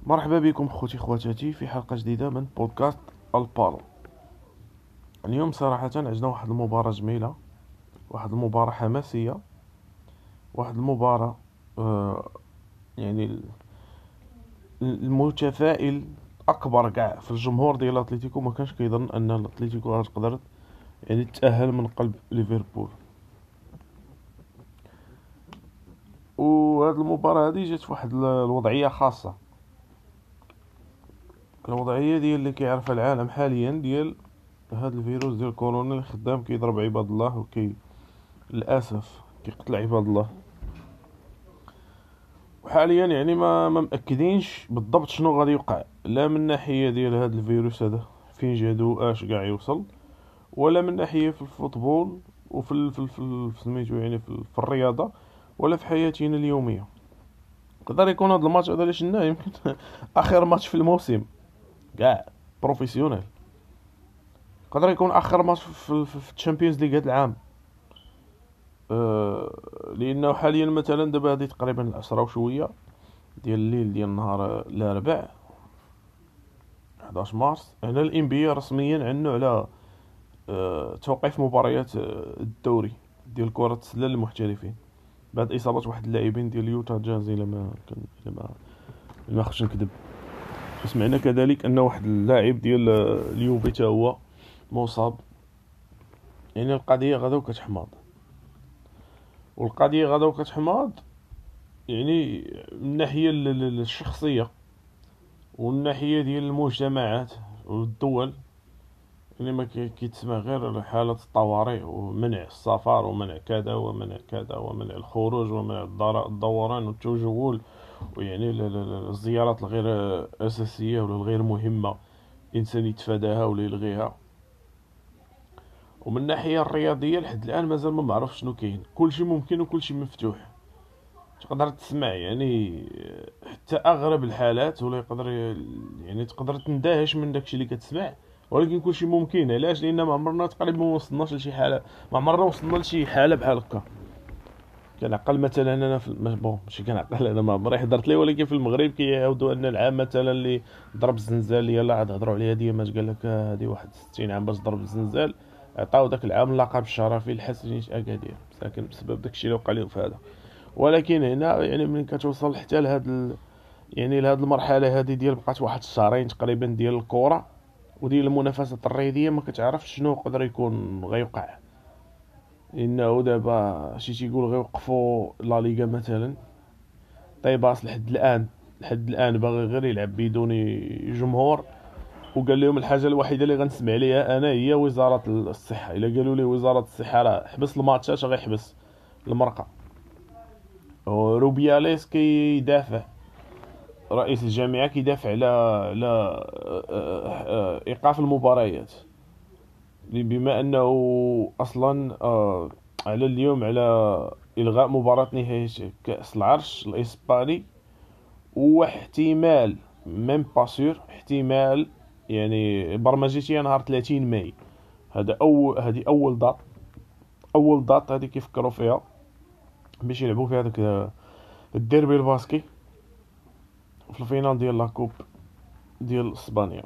مرحبا بكم خوتي خواتاتي في حلقة جديدة من بودكاست البالو. اليوم صراحة عندنا واحد المباراة جميلة، واحد المباراة حماسية، واحد المباراة آه يعني المتفائل اكبر كاع في الجمهور ديال الاتليتيكو ما كانش كيظن ان الاتليتيكو غتقدر تأهل من قلب ليفربول. وهاد المباراة هادي جات في واحد الوضعية خاصة، الوضعية ديال اللي كيعرفها العالم حاليا، ديال هاد الفيروس ديال كورونا اللي خدام كيضرب عباد الله للاسف كيقتل عباد الله. وحاليا ما مأكدينش بالضبط شنو غادي يوقع، لا من ناحية ديال هاد الفيروس هذا فين جادو اش كاع يوصل، ولا من ناحية في الفوتبول وفي في سميتو في الرياضة، ولا في حياتنا اليومية. يقدر يكون هاد الماتش هذا اللي شفناه يمكن اخر ماتش في الموسم كاع بروفيسيونيل، يقدر يكون اخر ماتش في الشامبيونز ليغ هاد العام. لانه حاليا مثلا دابا هذه تقريبا العشرة وشويه ديال الليل ديال نهار الاربعاء 11 مارس، هنا الام بي رسميا عنو على توقيف مباريات الدوري ديال كرة السلة للمحترفين بعد اصابة واحد اللاعبين ديال يوتا جاز، الا ما كان الا ما خفتش نكذب. سمعنا كذلك ان واحد اللاعب ديال اليوفي تا هو مصاب. القضيه غدا وكتحماض، والقضيه غدا وكتحماض من الناحيه الشخصيه والناحيه ديال المجتمعات والدول. ما كيتسمع غير على حالة الطوارئ ومنع السفر ومنع كذا ومنع كذا ومنع الخروج ومنع الدوران والتجول، الزيارات الغير أساسية ولا الغير مهمة الإنسان يتفاداها ولا يلغيها. ومن الناحية الرياضية لحد الآن مازال ما معرف شنو كاين، كلشي ممكن وكلشي مفتوح. تقدر تسمع حتى أغرب الحالات، ولا يقدر تقدر تندهش من داكشي اللي كتسمع، ولكن كلشي ممكن. علاش؟ لان ما عمرنا تقريبا ما وصلناش لشي حاله، ما عمرنا وصلنا لشي حاله بحال هكا. كنعقل مثلا انا ماشي كنعقل انا، ما عمري حضرت ليه، ولكن في المغرب كيعاودوا ان العام مثلا اللي ضرب الزنزال، يلاه عاد هضروا عليها ديما، قال لك هذه واحد 60 عام باش ضرب الزنزال، عطاو داك العام اللقب الشرفي لحسن اكادير ساكن بسبب داكشي اللي وقع لهم في هذا. ولكن هنا ملي كتوصل حتى لهاد لهاد المرحله هذه ديال بقات واحد الشهرين تقريبا ديال الكره وديال المنافسات الرياضيه، ما كتعرفش شنو يقدر يكون غيوقع. انه دابا شي تيقول غيوقفوا لا ليغا مثلا، طيباس لحد الان باغي غير يلعب بدون جمهور. وقال لهم الحاجه الوحيده اللي غنسمع عليها انا هي وزاره الصحه. الا قالوا لي وزاره الصحه راه حبس الماتشات غيحبس المرقه. روبياليس كيدافع، رئيس الجامعه كيدافع على ايقاف المباريات، بما انه اصلا على اليوم على الغاء مباراة نهائي كأس العرش الاسباني، واحتمال ميم باسور احتمال برمجتها نهار 30 ماي. هذه اول دات هذه كيفكروا فيها باش يلعبوا فيها هذاك الديربي الباسكي في الفينال ديال لاكوب ديال اسبانيا.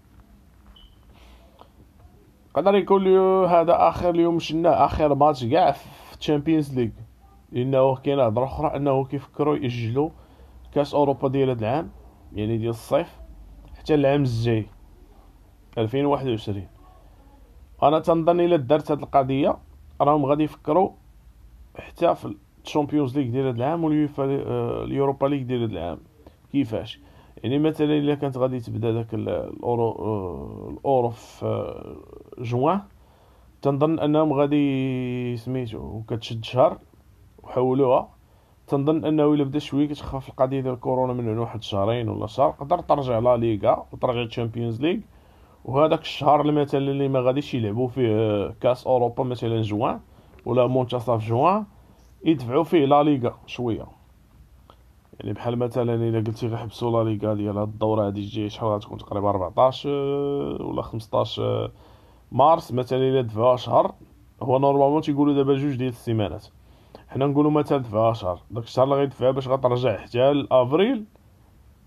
قدر يكون هذا اخر اليوم شنا اخر ماتش كاع في الشامبيونز ليغ، لانه كاين هضره اخرى انه كيفكروا ياجلوا كاس اوروبا ديال هذا العام، ديال الصيف، حتى العام الجاي 2021. انا تنظن الا دارت هذه القضيه راهم غادي يفكروا حتى في الشامبيونز ليغ ديال هذا العام واليوفا اليوروبا ليغ ديال هذا العام. كيفاش؟ مثلا الا كانت غادي تبدا داك الاورو في جوان، تنظن انهم غادي سميتو كتشد شهر وحولوها. تنظن انه الا بدا شويه كتخفف القضيه ديال كورونا من واحد شهرين ولا شهر، تقدر ترجع لا ليغا وترجع تشامبيونز ليغ. وهذاك الشهر اللي مثلا اللي ما غاديش يلعبوا فيه كاس اوروبا مثلا جوان ولا منتصف جوان، يدفعوا فيه لا ليغا شويه. بحال مثلا الا قلتي غيحبسوا لا ليغا ديال هاد الدوره هادي الجايه، شحال غتكون تقريبا 14 ولا 15 مارس مثلا. الا دفعوها شهر، هو نورمالمون تيقولوا دابا جوج ديال السيمانات، حنا نقولوا مثلا دفعوها شهر، داك الشهر اللي غيدفعها باش غترجع حتى لافريل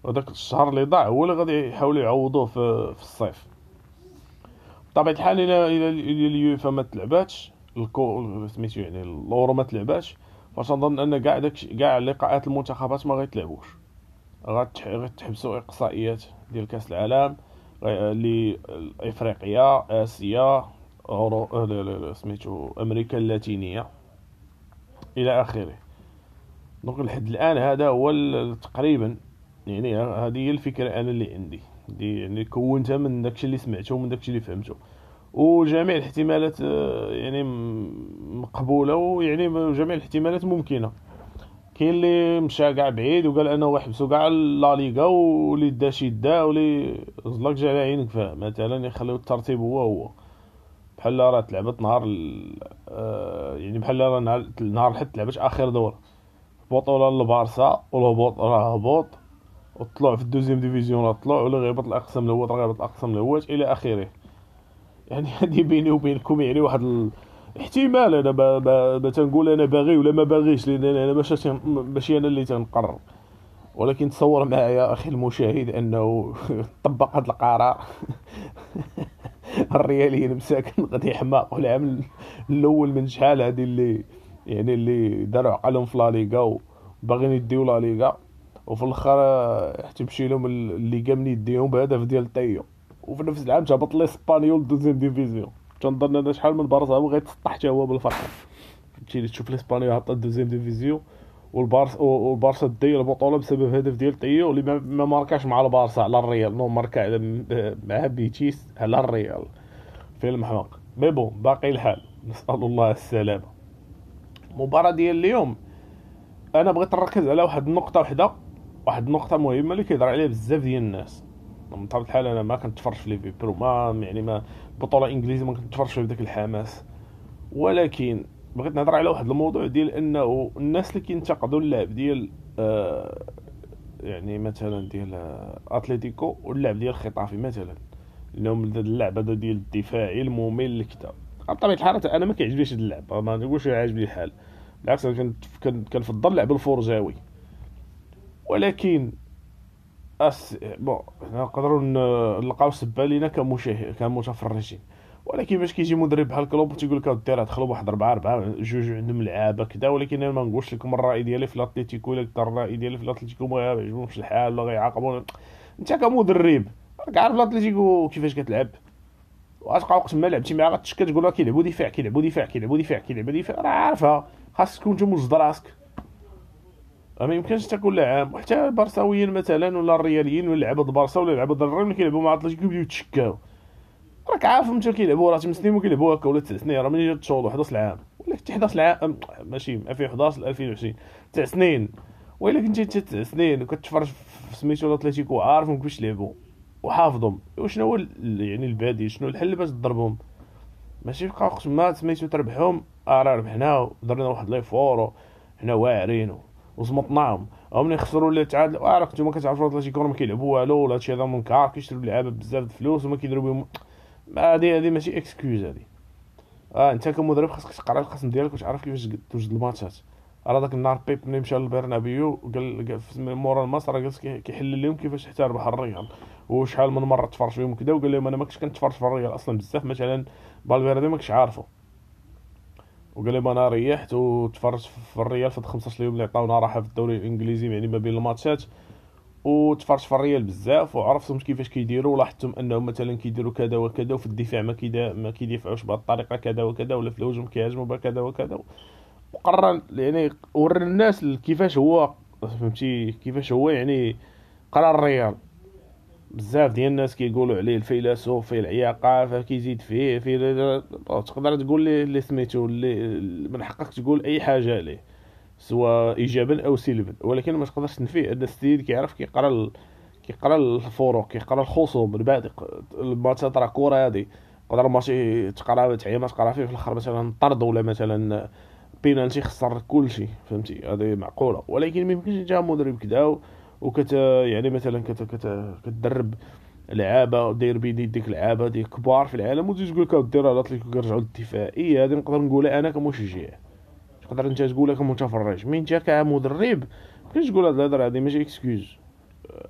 وداك الشهر اللي ضاع هو اللي غادي يحاولوا يعوضوه في الصيف. بطبيعه الحال الى اليوفا ما تلعباتش سميتو يعني الأورو ما تلعباتش، فاش نظن ان كاع لقاءات المنتخبات ما غيتلعبوش، غتحبسوا اقصائيات ديال كاس العالم لافريقيا، اسيا، سميتو امريكا اللاتينيه الى اخره. دونك لحد الان هذا هو تقريبا، يعني هذه هي الفكره انا اللي عندي دي، يعني كونتها من داكشي اللي سمعته ومن داكشي اللي فهمته، وجميع الاحتمالات يعني مقبوله، ويعني جميع الاحتمالات ممكنه. كاين اللي مشى كاع بعيد وقال انه يحبسوا كاع لا ليغا، واللي دا شي دا، واللي زلق جا على عينك فاه مثلا يخليو الترتيب هو بحال راه تلعبت نهار يعني بحال راه نهار الحد تلعبت اخر دور بطولة للبارسا، والهبوط راه هبوط، وطلع في الدوزيام ديفيزيون راه طلع، ولا غيبط الاقسام الاول راه غيبط الاقسام الاول الى اخره. يعني هذه بيني وبينكم يعني واحد الاحتمال. انا تنقول انا باغي ولا ما باغيش، لان انا ماشي انا اللي تنقرر، ولكن تصور معايا اخي المشاهد انه طبق هذا القرار. الرياليين مساكن غادي يحماقوا العام الاول من شحال هذه اللي يعني اللي داروا عقلهم في لا ليغا وباغيين يديو لا ليغا، وفي الاخر تمشي لهم الليغا من يديهم بهدف ديال طيو، وفي نفس العام تهبط لاسبانيول دوزيام ديفيزيون. تنظن انا شحال من برصه هو غيتسطح حتى هو بالفرق. تمشي تشوف لاسبانيول هبطت دوزيام ديفيزيون، والبارسا داير البطوله بسبب هدف ديال طيو اللي ما ماركاش مع البارسا على الريال، نو ماركا مع بيتيس على الريال في المحمق. مي بون باقي الحال، نسال الله السلامه. المباراه ديال اليوم انا بغيت نركز على واحد النقطه وحده، واحد النقطه مهمه اللي كيهضر عليها بزاف ديال الناس. من طبيعه الحال انا ما كنتفرج في ليفربول، ما يعني ما بطوله انجليزيه ما كنتفرجش في بداك الحماس، ولكن بغيت نهضر على واحد الموضوع ديال انه الناس اللي كينتقدوا اللعب ديال يعني مثلا ديال اتلتيكو واللعب ديال خطافي مثلا، لانهم اللعب هذا ديال الدفاعي الممل كذا. بطبيعه الحال انا ما كيعجبنيش هذا اللعب، ما نقولش عاجبني الحال، بالعكس انا كنفضل اللعب الفرجاوي. ولكن بون نقدروا نلقاو سبه لينا كمتفرجين، ولكن باش كيجي مدرب بحال كلوب تيقول لك دير دخلوا بواحد 4 جوج عندهم لعابه كذا، ولكن انا ما نقولش لكم الراي ديالي في الاتليتيكو، الا كثر الراي ديالي في الاتليتيكو ما يعجبهمش الحال ولا غيعاقبونا. انت كمدرب راك عارف الاتليتيكو كيفاش كتلعب، وغتبقى وقت ما لعبتي معاه غتشكى تقول كيلعبوا دفاع كيلعبوا دفاع كيلعبوا دفاع كيلعبوا دفاع، راه عارفها. خاصك تكون انت موجد راسك، ما يمكنش تكون لاعب. وحتى البرساويين مثلا ولا الرياليين ولا لعبوا البارسا ولا لعبوا الريال اللي كيلعبوا مع الاتليتيكو كيبداو يتشكاو، راك عارف متى كيلعبوا راه 8 سنين وكيلعبوا هكا ولا 9 سنين، راه ملي جات تشوط 11 عام ولا حتى 11 عام، ماشي 2011 2020 9 سنين. وإلا كنتي انت 9 سنين وكتفرج في سميتو الاتليتيكو عارفهم كيفاش يلعبوا وحافظهم، وشنو هو يعني البديل، شنو الحل باش تضربهم؟ ماشي بقى وقت ما سميتو تربحهم راه ربحنا ودرنا واحد لي فور حنا واعرين وزمطناهم، هما ملي خسروا ولا تعادلوا راك نتوما كتعرفوا الاتليتيكو ما كيلعبوا والو، ولا هادشي هذا منكر، كيشريو اللعابه بزاف د الفلوس وما كيديروا بهم. هذه ماشي اكسكيوز هذه. انت كمدرب خاصك تقرا القسم ديالك وتعرف كيفاش توجد الماتشات. راه داك النهار بيب ملي مشى للبرنابيو قال مورا الماتش راه جالس كيحل لهم كيفاش حتى ربح الريال، وشحال من مره تفرج فيهم كذا، وقال لهم انا ما كنتش كنتفرج في الريال اصلا بزاف، مثلا بالفيردي ما كنتش عارفه، وقال لهم انا ريحت وتفرجت في الريال في 15 يوم اللي عطاونا راحه في الدوري الانجليزي يعني ما بين الماتشات، وتفرجت في الريال بزاف وعرفتهم كيفاش كيديروا، ولاحظتهم انهم مثلا كيديروا كذا وكذا، وفي الدفاع ما كيدافعوش بهذه الطريقه كذا وكذا، ولا في الهجوم كيهاجموا بكذا وكذا. وقرر يعني ورى الناس كيفاش هو، فهمتي كيفاش هو يعني قرا الريال. بزاف ديال الناس كيقولوا عليه الفيلسوف في العياقه، فكيزيد فيه تقدر تقول لي اللي سميتو اللي من حقك تقول اي حاجه عليه سواء ايجابا او سلبا، ولكن ما تقدرش تنفي ان السيد كيعرف كيقرا الفروق، كيقرا الخصوم البادئ. الماتشات راه كره هادي، تقدر ماشي تقرا تعيا ما تقرا فيه في الاخر مثلا طرد ولا مثلا بينالتي خسر كلشي، فهمتي هذه معقوله. ولكن ما يمكنش انت مدرب كذا يعني مثلا كتدرب لعابه وداير بيديك لعابه ديال كبار في العالم وتجي تقول لك دير على الاتليتيكو كيرجعوا للدفاعيه، هذه نقدر نقولها انا كمشجع، تقدر انت تقولها كمتفرج. مين انت كمدرب ممكنش تقول هاد الهضره هادي، ماشي اكسكيوز.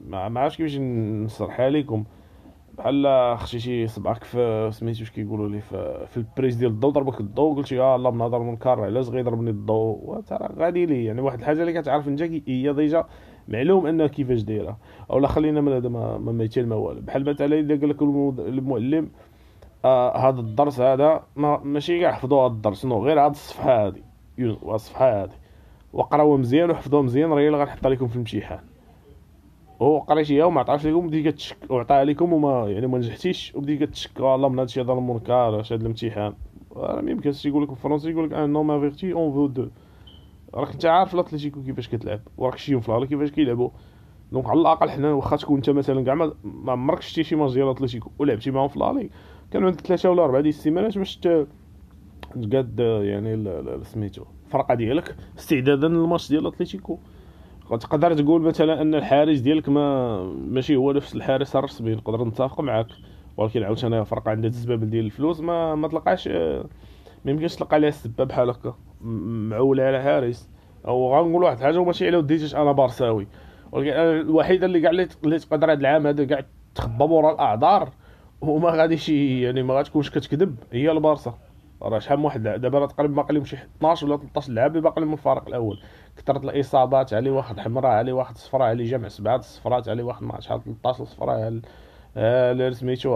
ما عرفتش كيفاش نصرحها لكم. بحال خشيتي صبعك في سميتو اش كيقولوا لي في البريز ديال الضو، ضربك الضو قلتي يا الله بنهضر منكر علاش غيضربني الضو، ترى غادي لي يعني واحد الحاجه اللي كتعرف انت هي ديجا معلوم انها كيفاش دايره. اولا خلينا من هذا ما مثال ما والو. بحال مثلا الا قال لك المعلم هذا الدرس هذا ماشي كاع حفظوا هذا الدرس، نو غير هذه الصفحه هذه، الصفحه هذه وقراوها مزيان وحفظوها مزيان، راه هي اللي غنحطها لكم في الامتحان. هو قريتيها وما عطاش لكم، بديتي كتشك وعطاها لكم وما يعني ما نجحتيش، وبديتي كتشك والله من هادشي هذا المنكر اش هذا الامتحان. راه ما يمكنش يقول لك بالفرنسي يقول لك ان نو ما فيرتي اون فو دو. راك انت عارف الاتليتيكو كيفاش كتلعب، وراك شتيهم في الهلا كيفاش كيلعبوا. دونك على الاقل حنا واخا تكون انت مثلا كاع ما عمرك شتي شي ماتش ديال اتليتيكو ولعبتي معاهم في لالي، كانوا عندك 3 ولا 4 ديال السيمانات باش تقاد يعني سميتو الفرقه ديالك استعدادا للماتش ديال اتليتيكو. تقدر تقول مثلا ان الحارس ديالك ماشي هو نفس الحارس الرسمي، نقدر نتفق معك، ولكن عاوتاني فرقه عندها السبب ديال الفلوس ما تلقاش، ما يمكنش تلقى عليها السبب بحال هكا معول على حارس. او غنقول واحد الحاجه وماشي على وديتش انا بارساوي، ولكن أنا الوحيده اللي كاع اللي تقدر هذا العام هذا كاع تخبى مورا الاعذار وما غاديش يعني ما غاتكونش كتكذب هي البارسا. راه شحال من واحد دابا راه تقريبا باقي لهم شي 12 ولا 13 لاعب اللي باقي لهم من الفريق الاول. كثرت الاصابات، عليه واحد حمراء، عليه واحد صفراء، عليه جمع 7 صفرات، عليه واحد ما شحال 13 صفراء. اللي سميتو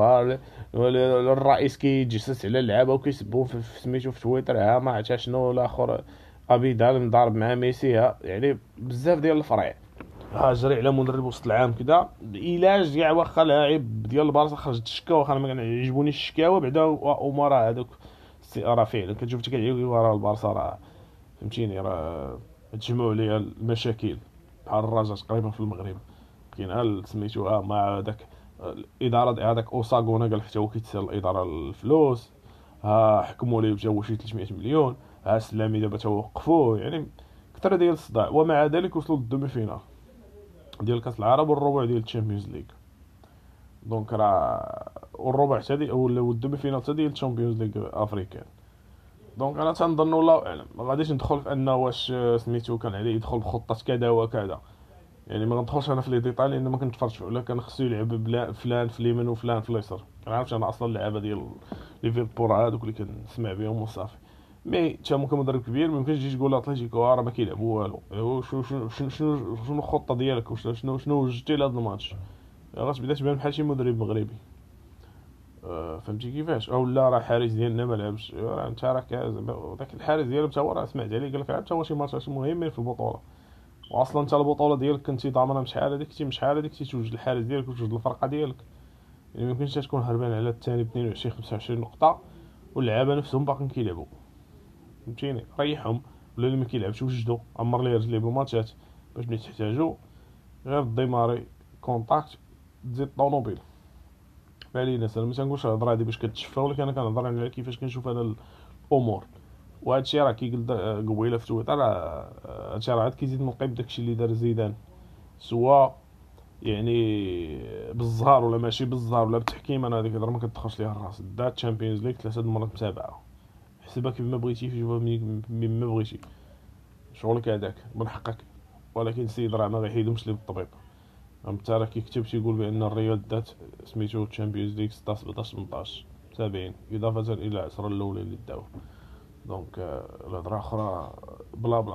الرئيس كيجسس على اللعابه وكيسبوه في سميتو في تويتر، ما عرفت شنو الاخر ابيدال مضارب مع ميسي، يعني بزاف ديال الفرع جري على مدرب وسط العام كذا علاج كاع. واخا لاعب ديال البارسا خرجت الشكا، واخا ما كيعجبونيش الشكاوى بعدا، وما راه هذوك راه فعلا كتشوف كيعيقوا راه البارسا راه فهمتيني راه تجمعوا ليها المشاكل بحال الرجاء تقريبا في المغرب. كاين سميتو مع داك الاداره هذاك اوساغونا قال حتى هو كيتسال الاداره الفلوس، حكموا ليه جاو شي 300 مليون، السلامي دابا توقفوه، يعني كثر ديال الصداع. ومع ذلك وصلوا للدومي فينال ديال كاس العرب والربع ديال الشامبيونز ليغ. دونك راه والربع حتى ولا الدومي فينال حتى ديال الشامبيونز ليغ افريكان. دونك انا تنظن والله اعلم ما غاديش ندخل في انه واش سميتو كان عليه يدخل بخطه كذا وكذا، يعني ما غندخلش انا في لي ديتاي لان ما كنتفرجش، ولا كان خصو يلعب بلا فلان في اليمين وفلان في اليسار. ما عرفتش انا اصلا اللعابه ديال ليفربول هذوك اللي كنسمع بهم وصافي. مي انت كمدرب كبير ما يمكنش تجي تقول اتلتيكو راه ما كيلعبوا والو، شنو الخطه ديالك، شنو وجدتي لهذا الماتش. غتبدا تبان بحال شي مدرب مغربي، فهمتي كيفاش. او لا راه الحارس ديالنا ما لعبش، راه انت راك داك الحارس ديالو حتى هو راه سمعت عليه قال لك لعب حتى هو شي ماتشات مهمين في البطوله، واصلا انت البطوله ديالك كنتي ضامنها من شحال هذيك من شحال هذيك توجد الحارس ديالك وتوجد الفرقه ديالك. يعني ما يمكنش تكون هربان على الثاني ب 22 25 نقطه واللعابه نفسهم باقيين كيلعبوا، فهمتيني. ريحهم، ولا اللي ما كيلعبش وجدو عمر ليه رجليه بالماتشات باش ملي تحتاجو غير ديماري كونتاكت تزيد الطوموبيل. فعلينا انا ما تنقولش الهضره هادي باش كتشفى، ولكن انا كنهضر على كيفاش كنشوف انا الامور. وهذا الشيء راه كيقول قبيله في تويتر، هادشي راه عاد كيزيد من قيم داكشي اللي دار زيدان، سواء يعني بالزهر ولا ماشي بالزهر ولا بالتحكيم. انا هذيك الهضره ما كتدخلش ليها الراس. دا تشامبيونز ليغ 3 المرات متابعه، حسبها كيف ما بغيتي شوفها ما بغيتي، شغلك هذاك من حقك. ولكن السيد راه ما غيحيدهمش ليه بالطبيب. انت راه كيكتب تيقول بان الريال دات سميتو تشامبيونز ليغ 16 17 18 70 اضافه الى 10 الاولى اللي داو. دونك الهضره اخرى بلا بلا،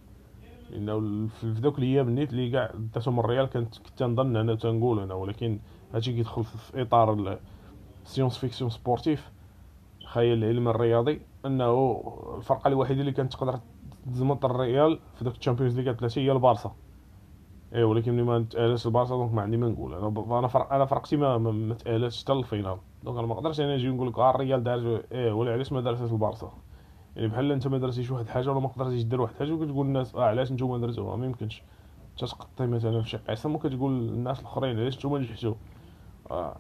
لانه في ذوك الايام نيت اللي كاع داتهم الريال كنت تنظن انا تنقول انا، ولكن هادشي كيدخل في اطار السيونس فيكسيون سبورتيف، خيال العلم الرياضي، انه الفرقه الوحيده اللي كانت تقدر تزمط الريال في داك الشامبيونز ليغ ثلاثه هي البارسا. اي ولكن ملي ما تاهلش البارسا دونك ما عندي ما نقول. انا فرقتي ما تاهلتش حتى للفينال، دونك انا ما نقدرش انا نجي نقول لك الريال دار ولا علاش ما دارش البارسا. يعني بحال انت ما درتيش واحد الحاجه ولا ما قدرتيش دير واحد الحاجه وكتقول الناس علاش نتوما درتوها، ما يمكنش. تتقطي مثلا في شي قسم وكتقول للناس الاخرين علاش نتوما نجحتوا، آه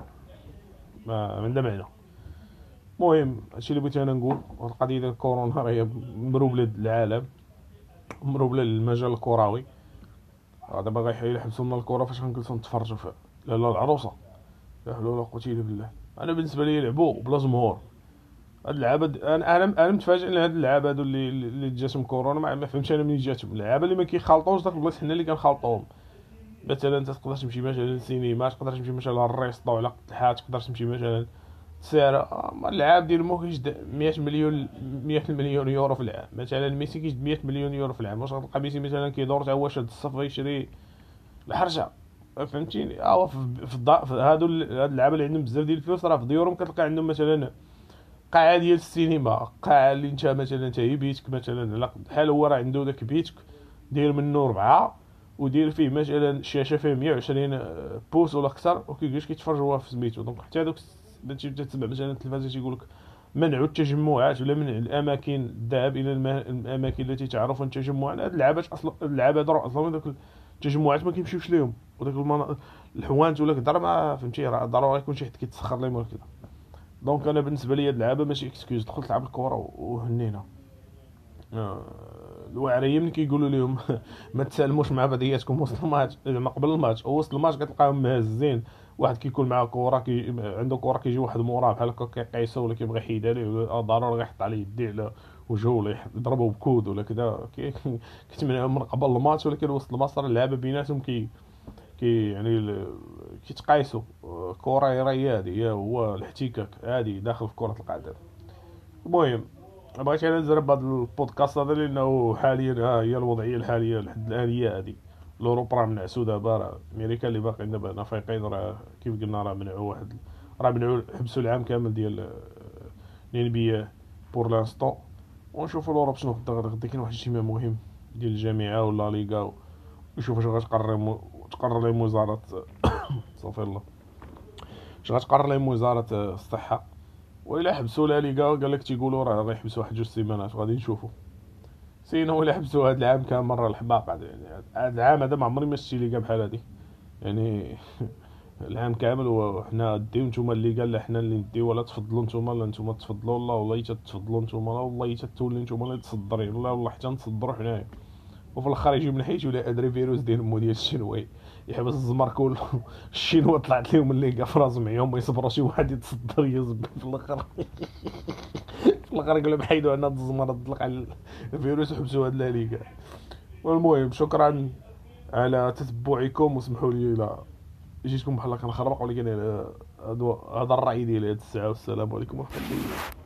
ما عندها معنى. المهم هادشي اللي بغيت انا نقول. القضيه ديال كورونا راهي مروبله العالم، مروبله المجال الكروي. دابا غيحبسوا لنا الكره، فاش غنجلسوا نتفرجوا فيها؟ لا العروسه، لا حول ولا قوه الا بالله. انا بالنسبه لي يلعبوا بلا جمهور. هاد اللعابه انا متفاجئ ان هاد اللعابه هادو اللي جاتهم كورونا ما فهمتش انا منين جاتهم. اللعابه اللي ما كيخالطوش داك البلايص حنا اللي كنخالطوهم. مثلا تقدر تمشي مثلا للسينما، تقدر تمشي مثلا للريسطو على قد الحال، تقدر تمشي مثلا سعر العام ديال مو كيجد 100 مليون، 100 مليون يورو في العام. مثلا ميسي كيجد 100 مليون يورو في العام، واش غتلقى ميسي مثلا كيدور تا هو شاد الصف يشري الحرجه؟ فهمتيني؟ في هاد اللعابه اللي عندهم بزاف ديال الفلوس، راه في ديورهم كتلقى عندهم مثلا قاعه ديال السينما، قاعه اللي انت مثلا انت هي بيتك مثلا على قد الحال، هو راه عنده داك بيتك داير منه ربعه، ودير فيه مثلا شاشه فيه 120 بوس ولا اكثر، وكيجلس كيتفرج هو في سميتو. دونك حتى هذوك داكشي تتبع مثلا التلفازه تيقول لك منع التجمعات ولا منع الاماكن، الذهاب الى الاماكن التي تعرف التجمع. هاد اللعابات اصلا، اللعابه هادو اصلا داك التجمعات ما كيمشيوش ليهم، وداك الحوانت ولا كدار ما فهمتي، راه ضروري يكون شي حد كيتسخر لهم ولا كذا. دونك انا بالنسبه لي هاد اللعابه ماشي اكسكيوز، دخل تلعب الكره وهنينا. آه، الواعريه ملي كيقولوا لهم ما تسالموش مع بعضياتكم وسط الماتش، زعما قبل الماتش او وسط الماتش كتلقاهم مهزين، واحد كيكون معاه كره عنده كره كيجي واحد موراه بحال هكا كيقيسو ولا كيبغي يحيدها ليه، ضروري غيحط عليه يديه على وجهه ولا يضربه بكود ولا كذا كتمنعهم من قبل الماتش. ولكن وسط الماتش راه اللعابه بيناتهم يعني كيتقايسوا. كره هي هذه، هي هو الاحتكاك عادي داخل في كره القدم. المهم بغيت انا نزرب بهذا البودكاست هذا لانه حاليا هي الوضعيه الحاليه لحد الان هي هذه. الاوروب راه منعسو دابا، راه امريكا اللي باقيين دابا نافيقين، راه كيف قلنا راه منعوا واحد، راه منعوا حبسوا العام كامل ديال الان بي بور لانستون. ونشوفوا الاوروب شنو غدا كاين واحد الاجتماع مهم ديال الجامعه ولا ليغا، وشوف اش غتقرر تقرر لهم وزاره صافي الله، اش غتقرر لهم وزاره الصحه. وإلا حبسوا لا ليغا قال لك تيقولوا راه غيحبسوا واحد جوج سيمانات، غادي نشوفوا. سينو إلا حبسوا هاد العام كامل راه الحماق يعني. هاد العام هذا ما عمري ما شفتي ليغا بحال هادي يعني. العام كامل وحنا ديو نتوما اللي قال لا حنا اللي نديو، ولا تفضلوا نتوما، لا نتوما تفضلوا، لا والله تتفضلوا نتوما، لا والله تتولي نتوما اللي تصدرين، لا والله حتى نتصدروا حنايا. وفي الاخر يجي من حيت ولا ادري فيروس ديال مو ديال الشنوي يحبس الزمر كله. الشينوا طلعت لهم الليغا في راسهم معيهم، ما يصبروا شي واحد يتصدر يزب في الاخر. في الاخر يقول لهم حيدوا عنا الزمر تطلق على الفيروس وحبسوا هاد الليغا. والمهم شكرا على تتبعكم، وسمحوا لي الى جيتكم بحال كنخربق، ولكن هذا الراي ديالي هاد الساعه. والسلام عليكم ورحمه الله.